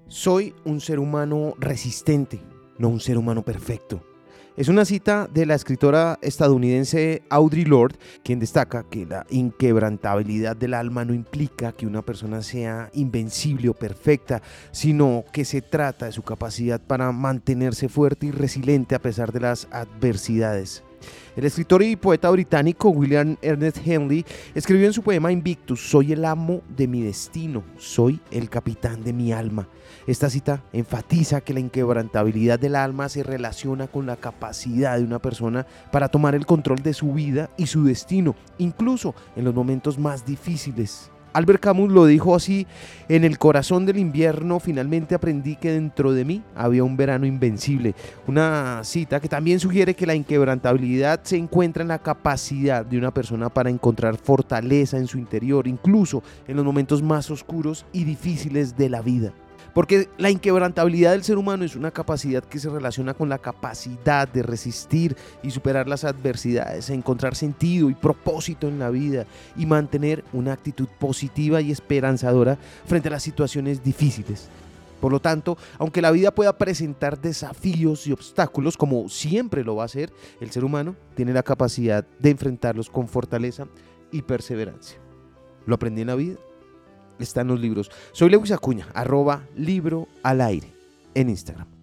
Soy un ser humano resistente, no un ser humano perfecto. Es una cita de la escritora estadounidense Audre Lorde, quien destaca que la inquebrantabilidad del alma no implica que una persona sea invencible o perfecta, sino que se trata de su capacidad para mantenerse fuerte y resiliente a pesar de las adversidades. El escritor y poeta británico William Ernest Henley escribió en su poema Invictus: soy el amo de mi destino, soy el capitán de mi alma. Esta cita enfatiza que la inquebrantabilidad del alma se relaciona con la capacidad de una persona para tomar el control de su vida y su destino, incluso en los momentos más difíciles. Albert Camus lo dijo así: en el corazón del invierno finalmente aprendí que dentro de mí había un verano invencible. Una cita que también sugiere que la inquebrantabilidad se encuentra en la capacidad de una persona para encontrar fortaleza en su interior, incluso en los momentos más oscuros y difíciles de la vida. Porque la inquebrantabilidad del ser humano es una capacidad que se relaciona con la capacidad de resistir y superar las adversidades, encontrar sentido y propósito en la vida y mantener una actitud positiva y esperanzadora frente a las situaciones difíciles. Por lo tanto, aunque la vida pueda presentar desafíos y obstáculos, como siempre lo va a hacer, el ser humano tiene la capacidad de enfrentarlos con fortaleza y perseverancia. Lo aprendí en la vida. Está en los libros. Soy Lewis Acuña, @libroalaire en Instagram.